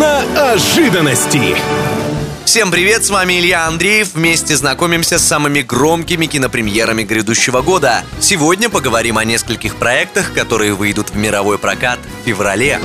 Киноожиданности. Всем привет, с вами Илья Андреев. Вместе знакомимся с самыми громкими кинопремьерами грядущего года. Сегодня поговорим о нескольких проектах, которые выйдут в мировой прокат в феврале.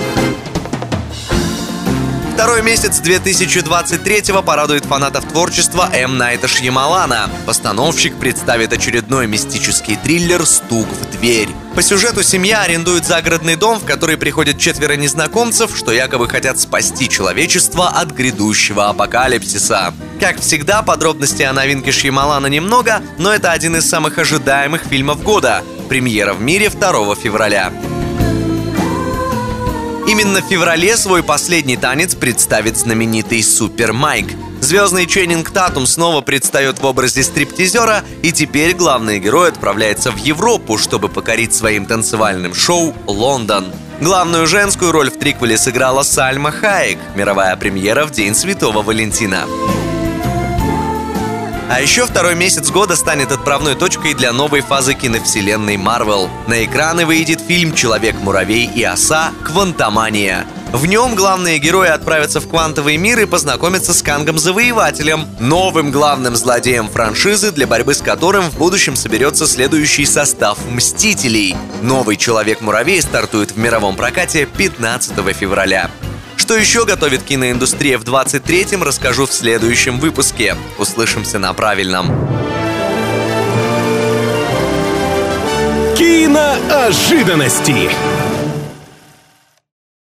Второй месяц 2023-го порадует фанатов творчества М. Найта Шьямалана. Постановщик представит очередной мистический триллер «Стук в дверь». По сюжету семья арендует загородный дом, в который приходят 4 незнакомцев, что якобы хотят спасти человечество от грядущего апокалипсиса. Как всегда, подробностей о новинке Шьямалана немного, но это один из самых ожидаемых фильмов года. Премьера в мире 2 февраля. Именно в феврале свой последний танец представит знаменитый Супер Майк. Звездный Ченнинг Татум снова предстает в образе стриптизера, и теперь главный герой отправляется в Европу, чтобы покорить своим танцевальным шоу Лондон. Главную женскую роль в триквеле сыграла Сальма Хайек. Мировая премьера в День Святого Валентина. А еще второй месяц года станет отправной точкой для новой фазы киновселенной Marvel. На экраны выйдет фильм «Человек-муравей и оса. Квантомания». В нем главные герои отправятся в квантовый мир и познакомятся с Кангом-завоевателем, новым главным злодеем франшизы, для борьбы с которым в будущем соберется следующий состав «Мстителей». Новый «Человек-муравей» стартует в мировом прокате 15 февраля. Что еще готовит киноиндустрия в 23-м, расскажу в следующем выпуске. Услышимся на правильном. Киноожиданности.